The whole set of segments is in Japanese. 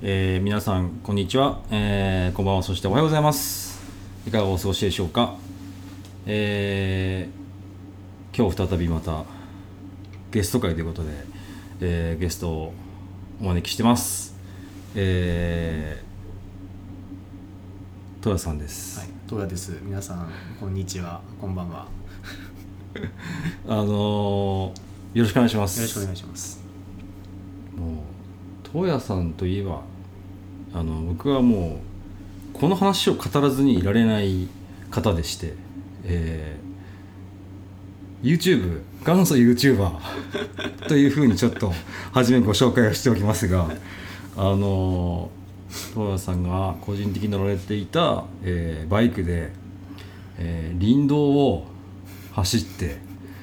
皆さんこんにちは、こんばんは、そしておはようございます。いかがお過ごしでしょうか。今日再びまたゲスト会ということで、ゲストをお招きしてます。戸谷さんです。 はい、戸谷です。皆さんこんにちは、こんばんは。 よろしくお願いします。 よろしくお願いします。 もう戸谷さんといえば僕はもうこの話を語らずにいられない方でして、YouTube 元祖 YouTuber というふうにちょっと初めご紹介をしておきますが、戸谷さんが個人的に乗られていた、バイクで、林道を走って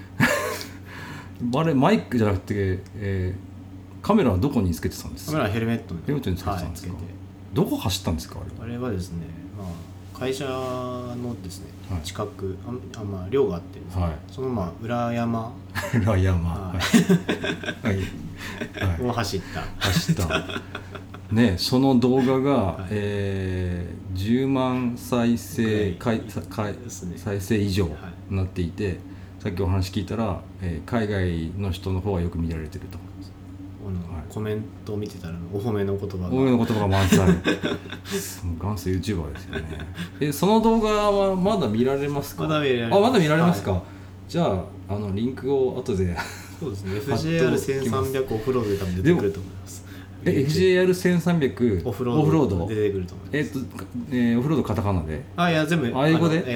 あれマイクじゃなくて、カメラはどこにつけてたんですか。 カメラはヘルメットにつけてたんですか。 はい、 どこ走ったんですか。 あれはですね、会社のですね、 はい、 近く寮があってですね、 はい、 その裏山裏山、はいはいを走ったね、その動画が、 はい、 10万再生再生以上になっていて、さっきお話聞いたら、海外の人の方がよく見られてると。 コメントを見てたらお褒めの言葉が満載元祖 YouTuber ですよね。その動画はまだ見られますか。 まだ見られます。 まだ見られますか、 はい、 じゃあリンクを後でそうですね、FJR1300 オフロードで多分出てくると思います。 FJR1300 オフロード出てくると思います。 オフロードカタカナで、 いや全部英語で、 はい、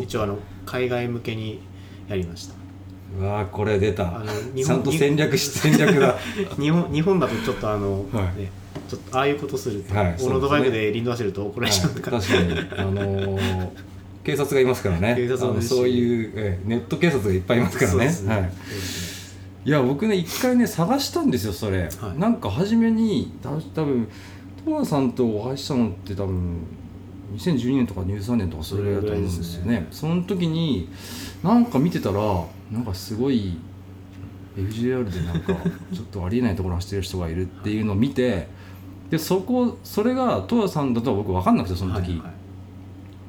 一応海外向けにやりました。 うわー、これ出た。ちゃんと戦略だ日本だとちょっとはいね、ちょっとああいうことすると、 はい、 オーロードバイクで林道走ると怒られちゃうから、 はい、確かに警察がいますからね。 警察そういう、ネット警察がいっぱいいますからね。はい。いや僕ね一回ね探したんですよそれ、はい、なんか初めに多分戸谷さんとお会いしたのって多分2012年とか13年とかそれだと思うんですよね。その時になんか見てたらなんかすごい FJR でなんかちょっとありえないところ走ってる人がいるっていうのを見て、でそれが戸谷さんだとは僕分かんなくてその時、はいはい、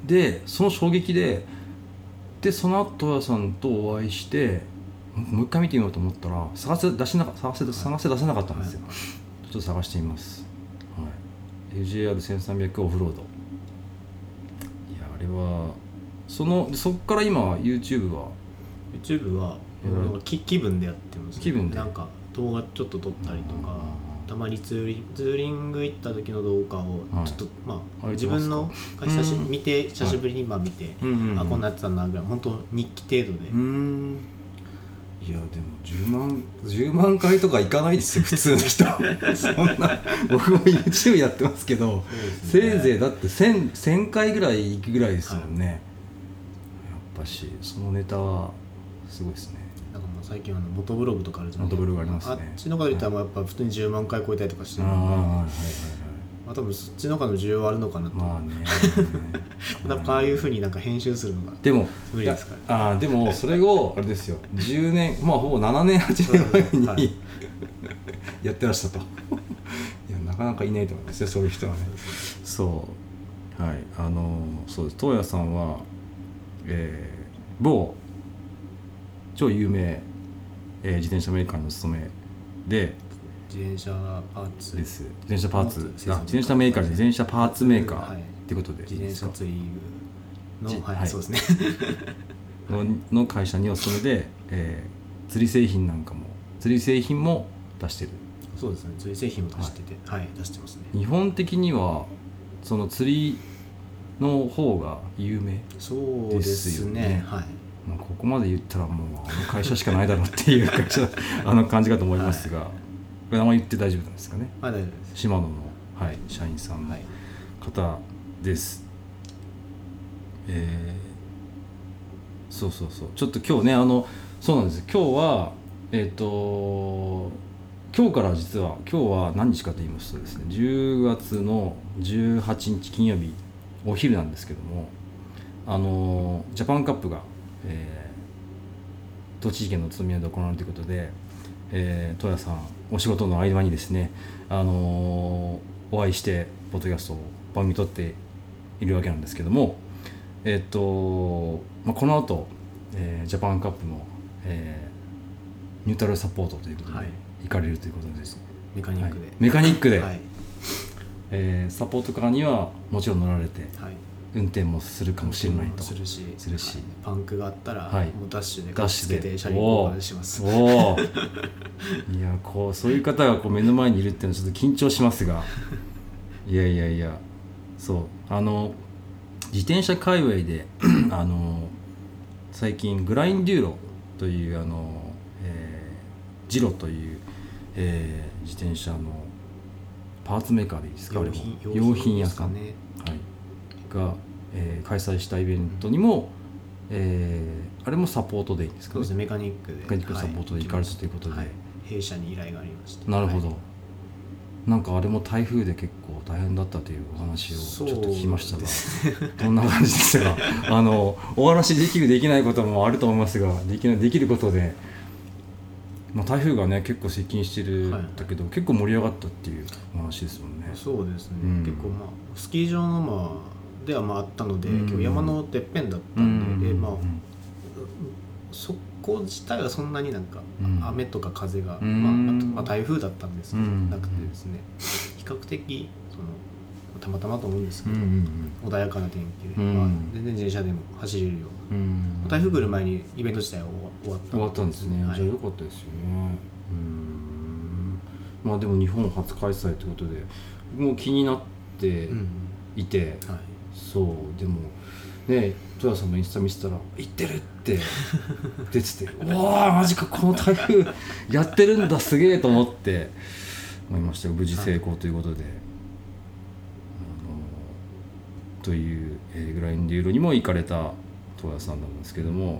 でその衝撃でその後戸谷さんとお会いしてもう一回見てみようと思ったら探せ出せなかったんですよ。ちょっと探してみます。はい、FJR1300 オフロード。いやあれはそっから今 YouTube は気分でやってます、ね。 気分でなんか動画ちょっと撮ったりとか、たまにツーリング行った時の動画をちょっと、自分の見て久しぶりに見て、こんなやってたなぐらい、本当日記程度で。 いやでも10万回とかいかないですよ普通の人そんな僕も YouTube やってますけど、せいぜいだって 1000回ぐらい行くぐらいですもんね、はい、やっぱしそのネタはすごいですね。 なんか最近モトブログとかあるじゃないですか。 モトブログありますね。 あっちの方で言ったらやっぱ普通に10万回超えたりとかしてるので、多分そっちの方の需要はあるのかなと。なんかああいう風になんか編集するのが無理ですからね。 でもそれをあれですよ10年ほぼ7年8年前にやってらしたといやなかなかいないと思いますよそういう人はね。そうはいそうです。戸谷さんは、某超有名、自転車メーカーの勤めで自転車パーツです。自転車パーツ自転車メーカーで自転車パーツメーカーってことで、 自転車ツーリングの、はい、そうですねの会社にお勤めで、釣り製品も出してる。 そうですね、釣り製品も出してて、はい、出してますね。 日本的にはその釣りの方が有名ですよね。 そうですね、はい。 ここまで言ったらもう会社しかないだろうっていう会社感じかと思いますが、はい、これ名前言って大丈夫なんですかね。 大丈夫です。 シマノの、はい、社員さんの方です。そうちょっと今日ねそうなんです。今日は今日から実は今日は何日かと言いますとですね、10月の18日金曜日お昼なんですけども、ジャパンカップが、栃木県の宇都宮で行われるということで、 戸谷さんお仕事の合間にですね、お会いしてポッドキャストを番組撮っているわけなんですけども、この後、ジャパンカップの、ニュートラルサポートということで行かれるということです。 メカニックで、 メカニックで、サポートカーにはもちろん乗られて、運転もするかもしれないと。 するし、パンクがあったら、もうダッシュでガスつけて車輪交換します。 いや、そういう方が目の前にいるっていうのはちょっと緊張しますがいやそう自転車界隈で最近グラインデューロというジロという、自転車のパーツメーカーでいいですか、用品屋さん、が、開催したイベントにも、あれもサポートでいいんですかね。 そうですね、メカニックサポートで行かれたということで、 弊社に依頼がありました。 なるほど、なんかあれも台風で結構大変だったというお話をちょっと聞きましたが、どんな感じでしたかお話できるできないこともあると思いますが、できることで、台風がね結構接近してるんだけど、結構盛り上がったっていう話ですもんね。 そうですね、結構スキー場のではあったので、結構山のてっぺんだったんで、そこ自体はそんなになんか雨とか風が、台風だったんですけど、なくてですね、比較的たまたまと思うんですけど、穏やかな天気で、全然自転車でも走れるような、台風来る前にイベント自体は終わったんですね。 じゃあ良かったですよね。でも日本初開催ということでもう気になっていて、そうでもね、戸谷さんのインスタ見せたら行ってるって出ててうわーマジか、この台風やってるんだ、すげえと思いましたが、無事成功ということで、という、グラインデューロにも行かれた戸谷さんなんですけども、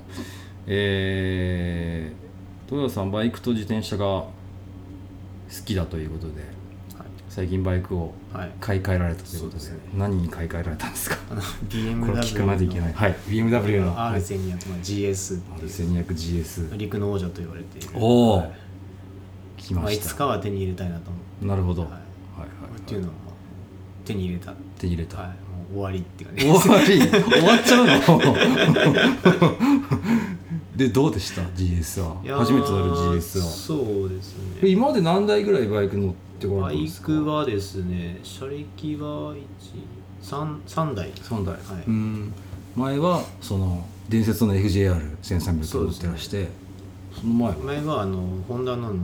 戸谷さんバイクと自転車が好きだということで、最近バイクを買い替えられたということで、何に買い替えられたんですか ？BMW これ聞かないといけない。BMW の R1200GS っていう R1200GS 陸の王者と言われている。 来ました。 いつかは手に入れたいなと思って。 なるほど。 っていうのは手に入れた。もう終わりっていうかね。 終わっちゃうのでどうでした GS は？初めて乗る GS は。 そうですね。 今まで何台ぐらいバイク乗ってこられたんですか？ バイクはですね、車歴は3台。 前はその伝説の FJR1300 乗ってらして、その前はホンダの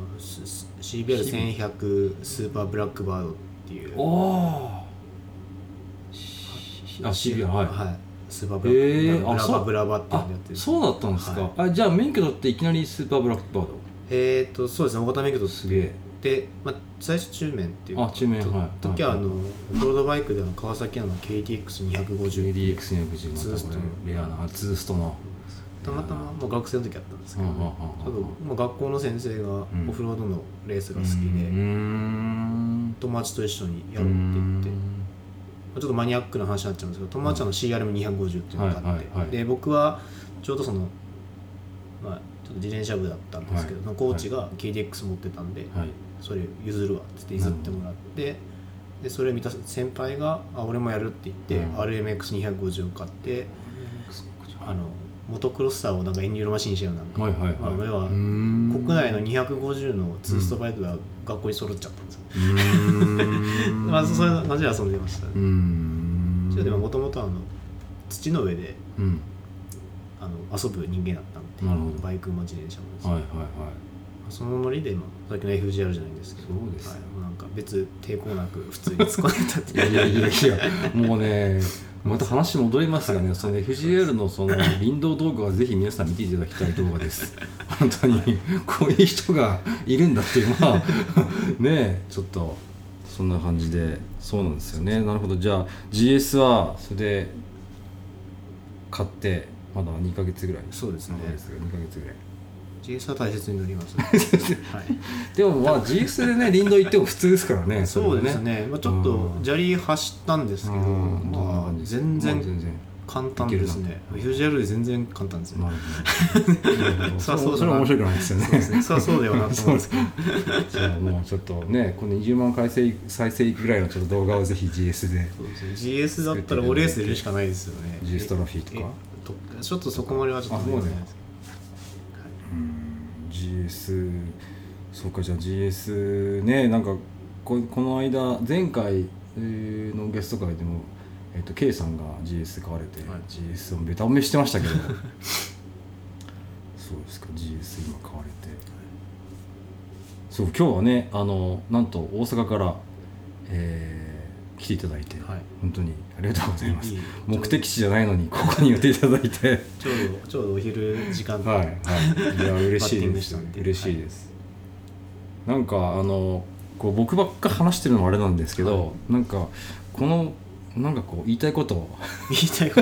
CBR1100 スーパーブラックバードっていう。 CBR スーパーブラックバードブラバっていうやつです。 そうだったんですか。じゃあ免許取っていきなりスーパーブラックバード。 そうですね、大型免許取ってで、最初中免っていう中免時はオフロードバイクで川崎の KTX250 ツーストのたまたま学生の時あったんですけど、学校の先生がオフロードのレースが好きで、友達と一緒にやろうって言って、ちょっとマニアックな話になっちゃうんですけど、友達はCRM250 っていうのがあって、で僕はちょうどちょっと自転車部だったんですけど、コーチが KTX 持ってたんで、それ譲るわって譲ってもらって、でそれを見た先輩が俺もやるって言って、RMX250 を買って、モトクロッサーをなんかエンデューロマシンにしてるなんか、要は国内の250のツーストバイクが学校に揃っちゃったんですよ。そういう感じで遊んでましたね。でもともと土の上で遊ぶ人間だったんで、バイクも自転車もですね、そのノリでさっきの FGR じゃないんですけど、なんか別抵抗なく普通に突っ込んでたっていやもうね、また話戻りますがね、その FGR のその林道動画はぜひ皆さん見ていただきたい動画です。本当にこういう人がいるんだっていうね、ちょっとそんな感じで、そうなんですよね。なるほど。じゃあ GS はそれで買ってまだ2ヶ月ぐらい。 そうですね。 2ヶ月ぐらい。 GS は大切に乗ります、 でもGS でね林道行っても普通ですからね。 そうですね。ちょっと砂利走ったんですけど、全然簡単ですね。Vue.js で全然簡単ですね。 それは面白くないですよね。 そうですね。それはそうだよなと思うんですけど。 じゃあもうちょっとね、この20万再生いくぐらいのちょっと動画をぜひ GS で。 そうですね。GS だったらオレースで入れるしかないですよね。 GS トロフィーとか。 ちょっとそこまではちょっとそうですね。GS そうか、じゃあ GS ね、なんかこの間前回のゲスト会でもK さんが GS 買われて、はい、GS をベタ褒めしてましたけどそうですか、 GS 今買われて、そう今日はねなんと大阪から、来ていただいて、はい、本当にありがとうございます。目的地じゃないのにここに寄っていただいてちょうどお昼時間はい、はい、いや嬉しいです嬉しいです、はい、なんかこう僕ばっか話してるのもあれなんですけど、はい、なんかなんかこう言いたいことこう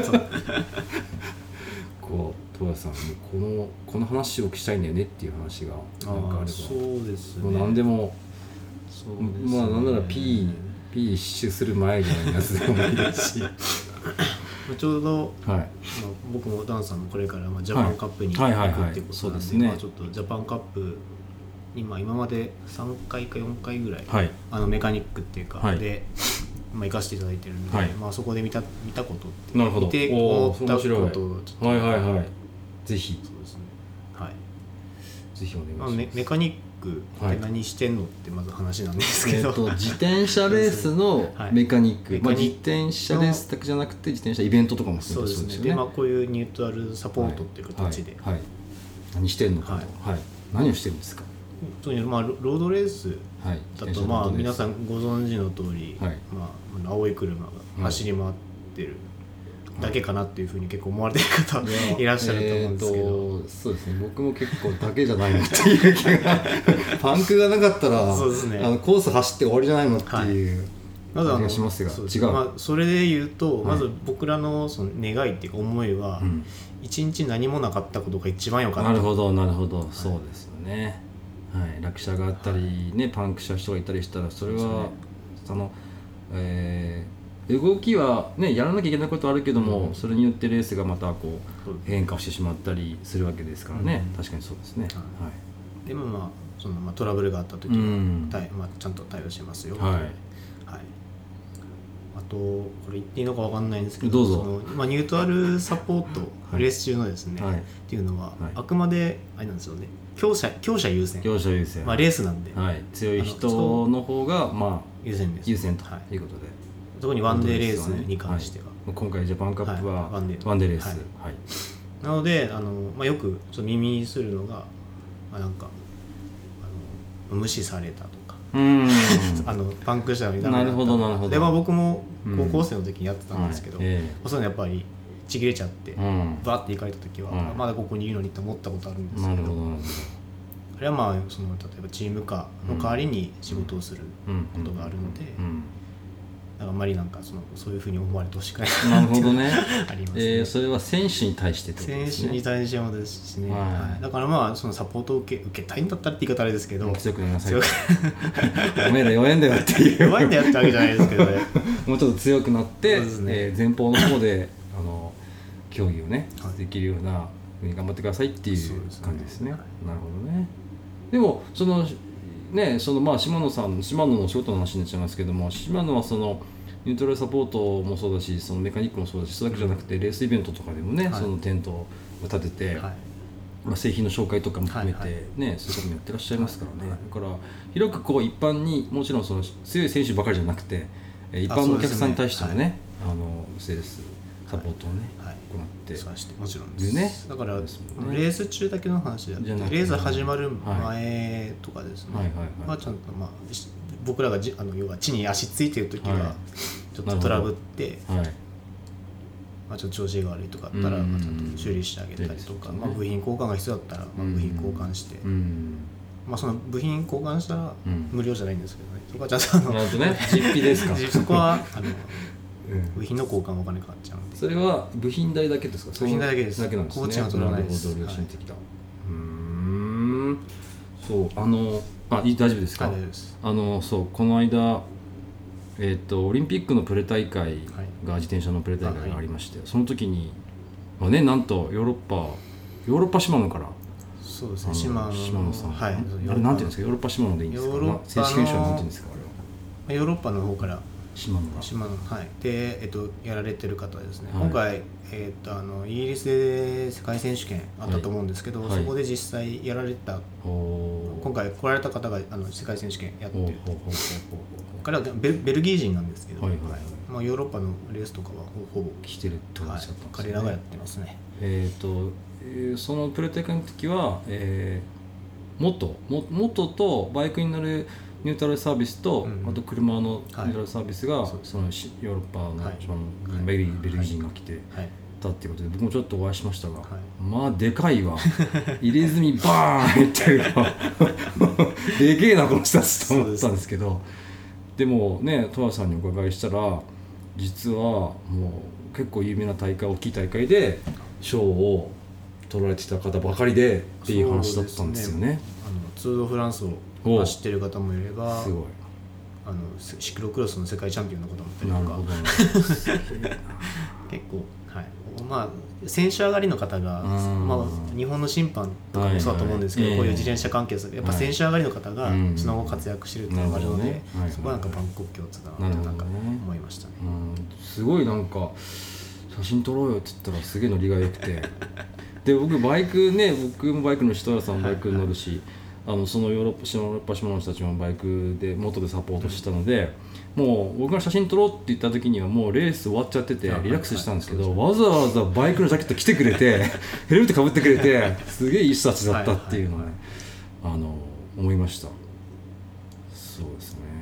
戸谷さんにこの話をしたいんだよねっていう話がなんかあれば、 そうですね、 もう何でもそうですね、まあなんなら P 一周する前ぐらいのやつでもいいですしちょうど、はい僕もダンさんもこれからジャパンカップに行くっていうことなんで、ちょっとジャパンカップ今まで3回か4回ぐらい、はい、メカニックっていうか、はい、で行かせていただいてるんで、はい、そこで見たことってなるほど見て思ったことをちょっとはいはいはいぜひそうですねはいぜひお願いします。 メカニックって何してんのってまず話なんですけど、 自転車レースのメカニック、自転車レースだけじゃなくて自転車イベントとかもそうですね。でこういうニュートラルサポートっていう形で、 はいはい、何してんのかと、はい、何をしてるんですか。 ロードレースだと、皆さんご存知の通り、はい青い車が走り回ってるだけかなっていうふうに結構思われてる方いらっしゃると思うんですけど、 そうですね、僕も結構だけじゃないのっていう気がパンクがなかったらそうです、ね、コース走って終わりじゃないのっていう気がしますが、違う、 それで言うと、まず僕らのその願いっていうか思いは、一日何もなかったことが一番良かった。 なるほどなるほど、そうですよね、はい、落車があったり、ね、パンクした人がいたりしたらそれはその動きは、ね、やらなきゃいけないことはあるけども、それによってレースがまたこう変化してしまったりするわけですからね、確かにそうですね、はい、 でもそのトラブルがあった時は、ちゃんと対応しますよ、はいはい、あとこれ言っていいのか分かんないんですけど、 どうぞ。 ニュートラルサポート、レース中のですね、っていうのは、あくまであれなんですよね、強者優先、レースなんで、 強い人の方が優先です、 優先ということで、 特にワンデーレースに関しては、 今回ジャパンカップはワンデーレース、 なのでよくちょっと耳にするのが、なんか無視されたとかパンクしたのにダメだったとか。なるほど。で僕も高校生の時にやってたんですけど、そういうのやっぱりちぎれちゃって、バーって行かれた時は、まだここにいるのにって思ったことあるんですけど、あれはその例えばチームカーの代わりに仕事をすることがあるので、あんまりなんかそういうふうに思われてほしくないなるほどねありますね。 それは選手に対してってことですね。 選手に対してもですしね、だからそのサポートを受けたいんだったらって言い方あれですけど、 強くなりなさいおめえら弱いんだよっていう弱いんだよってわけじゃないですけどねもうちょっと強くなって、前方の方で競技をねできるようなふうに頑張ってくださいっていう感じですね。なるほどね。でも島野の仕事の話になっちゃいますけども、島野はニュートラルサポートもそうだし、メカニックもそうだし、それだけじゃなくてレースイベントとかでもね、そのテントを立てて、製品の紹介とかも含めてね、そういうこともやってらっしゃいますからね。だから広く一般にもちろん強い選手ばかりじゃなくて、一般のお客さんに対してもね、セールスサポートをね行ってもちろんですね。だからレース中だけの話であって、レース始まる前とかですね、ちゃんと僕らが要は地に足ついてる時はちょっとトラブって、ちょっと調子が悪いとかあったらちゃんと修理してあげたりとか、部品交換が必要だったら部品交換して、その部品交換したら無料じゃないんですけどね、そこはちゃんと実費ですかそこは部品の交換お金かかっちゃうんで。 それは部品代だけですか。 部品代だけです。 だけなんですね。 工賃は取らないです。 良心的だ。そう大丈夫ですか。 大丈夫です。 そうこの間オリンピックのプレ大会が自転車のプレ大会がありまして、その時に、まあね、なんとヨーロッパシマノからそうですね、シマノさん、 はい、 あれなんていうんですか、ヨーロッパシマノでいいんですか、正式名称はなんていうんですか、あれはヨーロッパの方からシマノはいで、やられてる方ですね、今回、イギリスで世界選手権あったと思うんですけど、そこで実際やられた、今回来られた方が世界選手権やってる、彼はベルギー人なんですけど、まあ、ヨーロッパのレースとかはほぼ来てるってことだったんですね。 彼らがやってますね。 そのプレテクの時は、元とバイクに乗るニュートラルサービスと、あと車のニュートラルサービスが、そのヨーロッパの、ベルギー人が来てたっていうことで、僕もちょっとお会いしましたが、まあでかいわ入れ墨バーンいってるかでけえなこの人たちと思ったんですけど、でもね、戸谷さんにお伺いしたら、実はもう結構有名な大会、大きい大会で賞を取られてた方ばかりでっていう話だったんですよね。 ツール・ド・フランスを知ってる方もいれば、 すごいシクロクロスの世界チャンピオンの方もいたりとか、 なるほど結構、はい、まあ選手上がりの方が、まあ、日本の審判とかもそうだと思うんですけど、こういう自転車関係やっぱ選手上がりの方がその後活躍してるっていうのがあるので、そこはなんか万国共通だなとなんか思いましたね。 すごいなんか写真撮ろうよって言ったらすげえノリが良くてで僕もバイクの設楽さんバイクに乗るし、そのヨーロッパ島の人たちもバイクで元でサポートしたので、もう僕が写真撮ろうって言った時にはもうレース終わっちゃっててリラックスしたんですけど、わざわざバイクのジャケット着てくれてヘルメットかぶってくれて、すげえいい人たちだったっていうのをね、思いました。そうですね、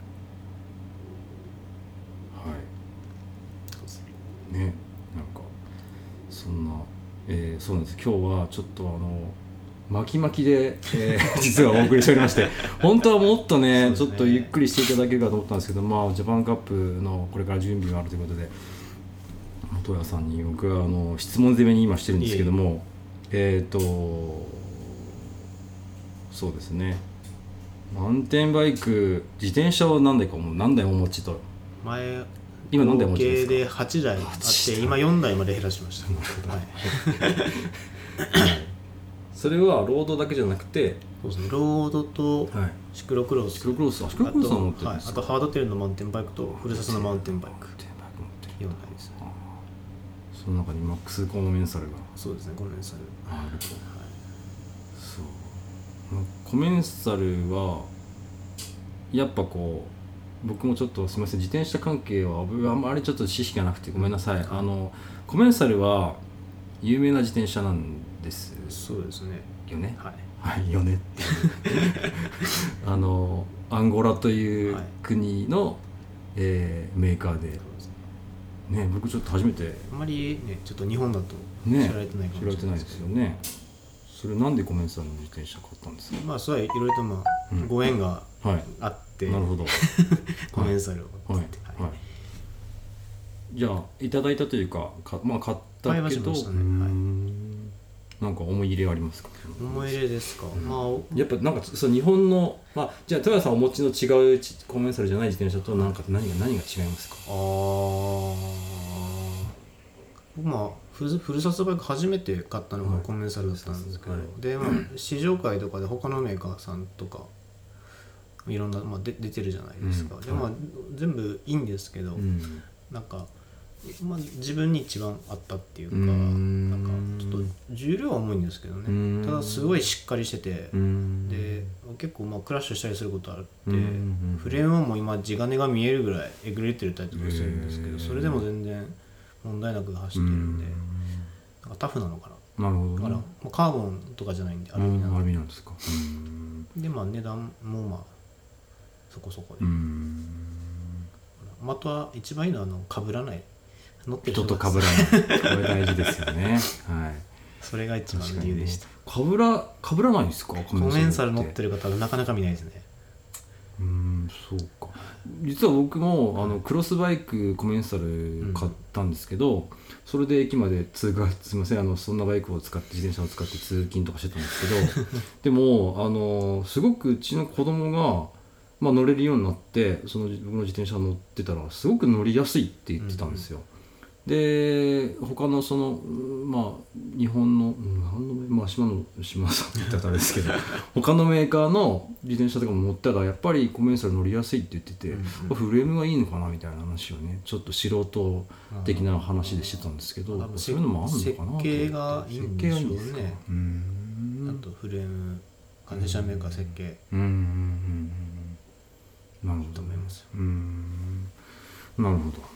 はいね、なんかそんな、そうなんです。今日はちょっと巻き巻きで、実はお送りしておりまして本当はもっとねちょっとゆっくりしていただけるかと思ったんですけど、まあジャパンカップのこれから準備があるということで、本谷さんに僕は質問攻めに今してるんですけども、そうですね、マウンテンバイク、自転車は何台お持ちと。今何台お持ちですか？ 合計で8台あって今4台まで減らしました。はいそれはロードだけじゃなくて、 そうですね、ロードとシクロクロス、 は持ってるんですか？ あとハードテールのマウンテンバイクとフルサスのマウンテンバイク、4台ですね。 その中にマックスコンメンサルが、 そうですね、コンメンサルあると、そう、コメンサルはやっぱこう、僕もちょっとすみません、自転車関係はあんまりちょっと知識がなくてごめんなさい。コメンサルは有名な自転車なんです。 そうですね。 よね。 はい。 はい、よねってアンゴラという国の、メーカーで、ね、僕ちょっと初めて。 あんまりね、ちょっと日本だと知られてないかもしれないですけど、 知られてないですよね。それなんでコメンサルの自転車買ったんですか？ まあそれはいろいろとご縁があって、 なるほど。 コメンサルを買って、 じゃあいただいたというか、まあ買ったけど、なんか思い入れありますか？ 思い入れですか？ やっぱなんかそう日本の、じゃあ豊田さんお持ちの違うコメンサルじゃない自転車と何が違いますか？ フルサスバイク初めて買ったのがコメンサルだったんですけど、で試乗会とかで他のメーカーさんとかいろんな、出てるじゃないですか。で全部いいんですけど、なんか自分に一番合ったっていうか、なんかちょっと重量は重いんですけどね、ただすごいしっかりしてて、で結構クラッシュしたりすることあって、フレームも今地金が見えるぐらいえぐれてるタイプがするんですけど、それでも全然問題なく走ってるんで、なんかタフなのかな。 なるほど、ね、 だからカーボンとかじゃないんでアルミなんですか。 で値段もそこそこで、あとは一番いいのは被らない、乗ってる人と被らないこれ大事ですよね。はい、 それが一番の理由でした。 被らないんですか？ コメンサル乗ってる方はなかなか見ないですね。 そうか。実は僕もクロスバイクコメンサル買ったんですけど、それで駅まですいません、そんなバイクを使って自転車を使って通勤とかしてたんですけどでもすごくうちの子供が乗れるようになって、その僕の自転車乗ってたらすごく乗りやすいって言ってたんですよ。で他のその日本の島さんって言ったらあれですけど他のメーカーの自転車とかも乗ったらやっぱりコメンサル乗りやすいって言ってて、フレームがいいのかなみたいな話をね、ちょっと素人的な話でしてたんですけど、そういうのもあるのかな。 設計がいいんでしょうね。あとフレーム自転車メーカー設計なるほどと思います。 なるほど。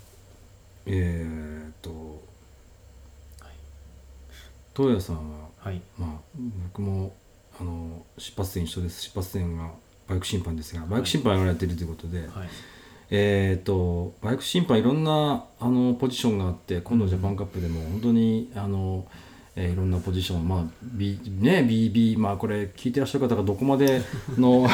東谷さんは、 はい、 僕も出発点一緒です。出発点がバイク審判ですが、バイク審判やられてるということで、はい、バイク審判いろんなポジションがあって、今度ジャパンカップでも本当にいろんなポジション、BB、これ聞いてらっしゃる方がどこまでの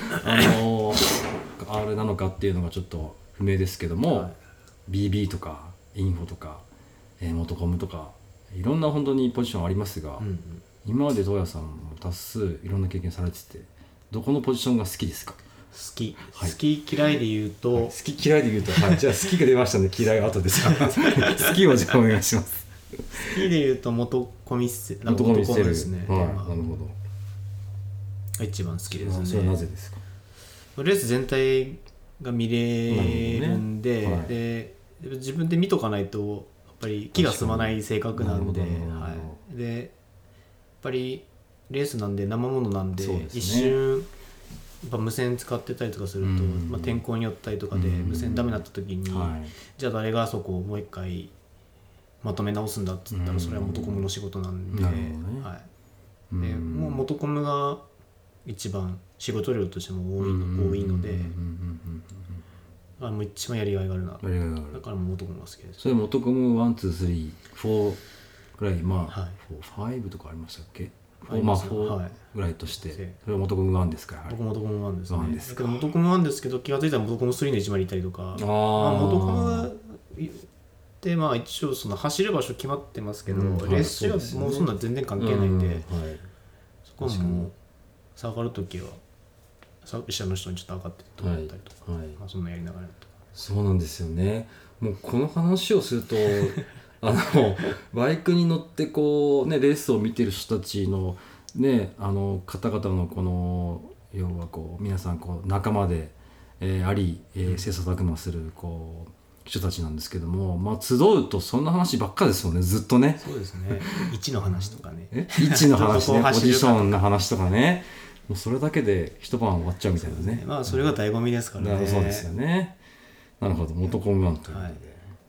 あれなのかっていうのがちょっと不明ですけども、はい、BB とかインフォとか、モトコムとかいろんな本当にポジションありますが、今まで東谷さんも多数いろんな経験されてて、どこのポジションが好きですか？ 好き嫌いで言うと、 はい、好き嫌いで言うと、はい、じゃあ好きが出ましたね。嫌いは後です好きをじゃあお願いします。 好きで言うと元コミッセルですね。 はい、なるほど。一番好きですね。 それはなぜですか？ レース全体が見れるんで、はい、で自分で見とかないとやっぱり気が済まない性格なんで、はい、でやっぱりレースなんで生ものなんで、一瞬やっぱ無線使ってたりとかすると、天候によったりとかで無線ダメになった時に、じゃあ誰がそこをもう一回まとめ直すんだって言ったら、それは元コムの仕事なんで、はい、でもう元コムが一番仕事量としても多いので、もう一番やりがいがあるな。だからもう元コムが好きです。 それ元コム1、2、3、4ぐらい、5とかありましたっけ？4ぐらいとして、それは元コム1ですから。 僕元コム1ですね。だけど元コム1ですけど、気が付いたら元コム3の1までいたりとか、元コムで一応その走る場所決まってますけど、レース中はもうそんな全然関係ないんで、そこはもう下がるときは下の人にちょっと上がってってもらったりとか、そんなやりながらとか。 そうなんですよね。もうこの話をするとバイクに乗ってこうねレースを見てる人たちのね方々のこの要はこう皆さんこう仲間で、あり、切磋琢磨するこう人たちなんですけども、集うとそんな話ばっかですよね、ずっとね。 そうですね。位置の話とかね。 位置の話ね、ポジションの話とかね。もうそれだけで一晩終わっちゃうみたいなね。 それが醍醐味ですからね。 そうですよね。なるほど、元コム1ということで、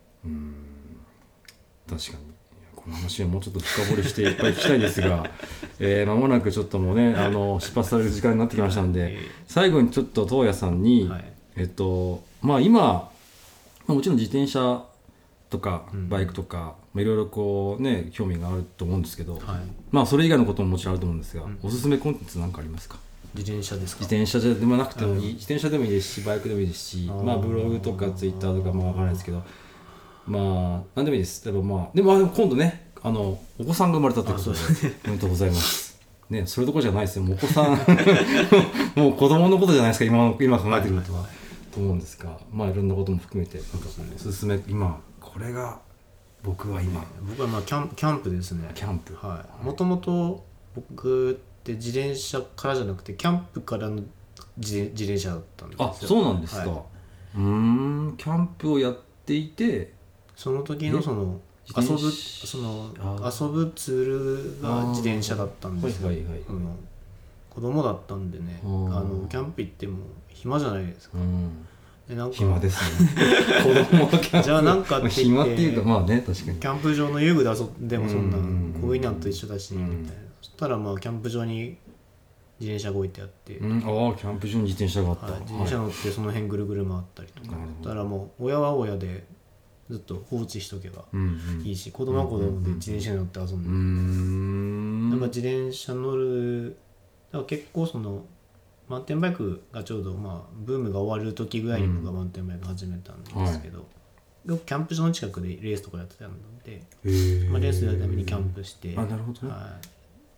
確かにこの話はもうちょっと深掘りしていっぱい聞きたいですが、間もなくちょっともうね出発される時間になってきましたので、最後にちょっと東谷さんに、今もちろん自転車とかバイクとか、いろいろこうね興味があると思うんですけど、それ以外のことももちろんあると思うんですが、おすすめコンテンツ何かありますか？ 自転車ですか？ 自転車でもなくてもいい、自転車でもいいですし、バイクでもいいですし、ブログとかツイッターとかわからないですけど、何でもいいです。例えばでも今度ねお子さんが生まれたということでおめでとうございますね。それどころじゃないですよ。お子さんもう子供のことじゃないですか、今考えてることは。と思うんですが、いろんなことも含めておすすめ、今これが僕はキャンプですね。 キャンプ、 もともと僕って自転車からじゃなくてキャンプからの自転車だったんですよ。 そうなんですか。キャンプをやっていて、 その時の遊ぶツールが自転車だったんですよ。子供だったんでね、キャンプ行っても暇じゃないですか。で暇ですね。子供はキャンプじゃあなんかって言って暇っていうか確かにキャンプ場の遊具で遊んでもそんなこういうのと一緒だしみたいな。そしたらキャンプ場に自転車が置いてあって、 キャンプ場に自転車があった。 自転車乗ってその辺ぐるぐる回ったりとか。そしたらもう親は親でずっと放置しとけばいいし、子供は子供で自転車に乗って遊んで、自転車乗るだから結構マウンテンバイクがちょうどブームが終わる時ぐらいに僕がマウンテンバイク始めたんですけど、よくキャンプ場の近くでレースとかやってたので、レースやるためにキャンプして、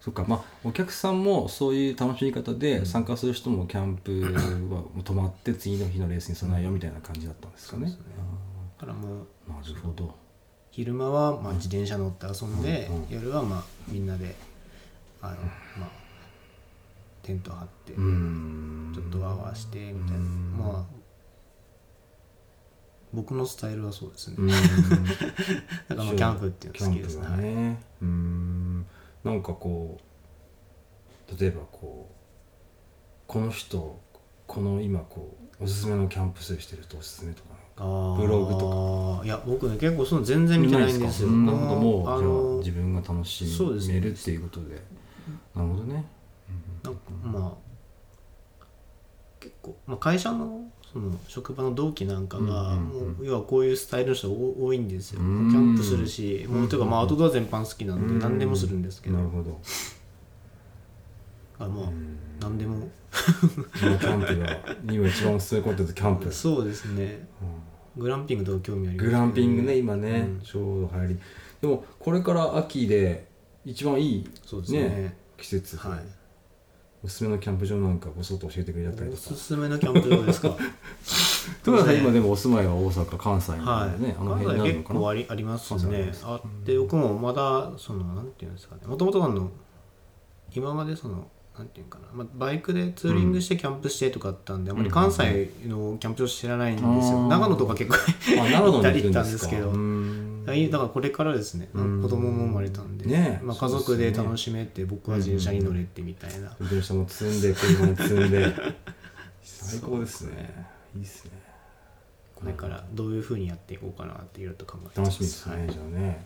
そっか、まあお客さんもそういう楽しみ方で参加する人もキャンプは泊まって次の日のレースに備えようみたいな感じだったんですかね。 だからもうなるほど。 昼間はまあ自転車乗って遊んで、夜はまあみんなでまあテント張ってちょっとワーワーしてみたいな、まあ僕のスタイルはそうですね。だからまあキャンプっていうの好きですね。 ね、なんかこう例えばこの人この今こうおすすめのキャンプ数してるとおすすめとかブログとか。 いや僕ね結構その全然見てないんですよ。 なるほど、もうじゃあ自分が楽しめるっていうことで、なるほどね。 なんかまあ結構、まあ、会社のその職場の同期なんかがもう要はこういうスタイルの人多いんですよ。キャンプするし、もうというかまあアウトドア全般好きなんで何でもするんですけど。 なるほど。 まあ何でもキャンプが今一番おすすめコンテンツキャンプ。 そうですね。グランピングとか興味ありますね。 グランピングね今ね、ちょうど流行り。でもこれから秋で一番いいそうですね季節。はい。おすすめのキャンプ場なんかごそっと教えてくれたりとか。 おすすめのキャンプ場ですか。 戸田さん今でもお住まいは大阪関西なんでね、 あの辺になるのかな。結構ありますね。あって僕もまだそのなんていうんですかね。もともと今までそのなんていうかな、まあ、バイクでツーリングしてキャンプしてとかあったんで、あまり関西のキャンプ場知らないんですよ。長野とか結構行ったんですけど、だからこれからですね。子供も生まれたんで、まあ家族で楽しめて、僕は自転車に乗れてみたいな。 自転車も積んで車も積んで最高ですね。いいですね。 これからどういう風にやっていこうかなっていろいろと考えてます。 楽しみですね。じゃあね。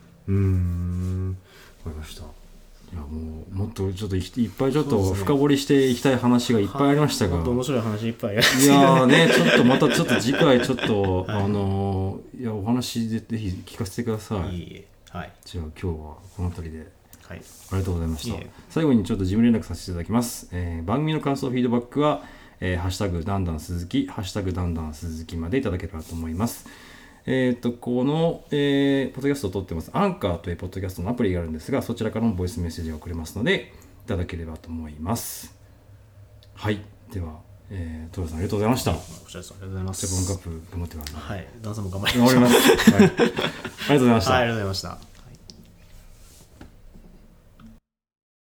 わかりました。いやもっとちょっといっぱいちょっと深掘りしていきたい話がいっぱいありましたが、 もっと面白い話いっぱいあります。いやね、ちょっとまたちょっと次回ちょっといやお話でぜひ聞かせてください。 いいえ、はい。 じゃあ今日はこの辺りで、 はい、 ありがとうございました。最後にちょっと事務連絡させていただきます。番組の感想フィードバックは、ハッシュタグだんだん鈴木ハッシュタグだんだん鈴木までいただければと思います。この、ポッドキャストを撮ってますアンカーというポッドキャストのアプリがあるんですが、そちらからもボイスメッセージが送れますのでいただければと思います。はい、では、戸田さんありがとうございました。 こちらです。ありがとうございます。 ジャパンカップ頑張ってください。 はい、ダンさんも頑張ります。はい、ありがとうございました。 はい、ありがとうございました。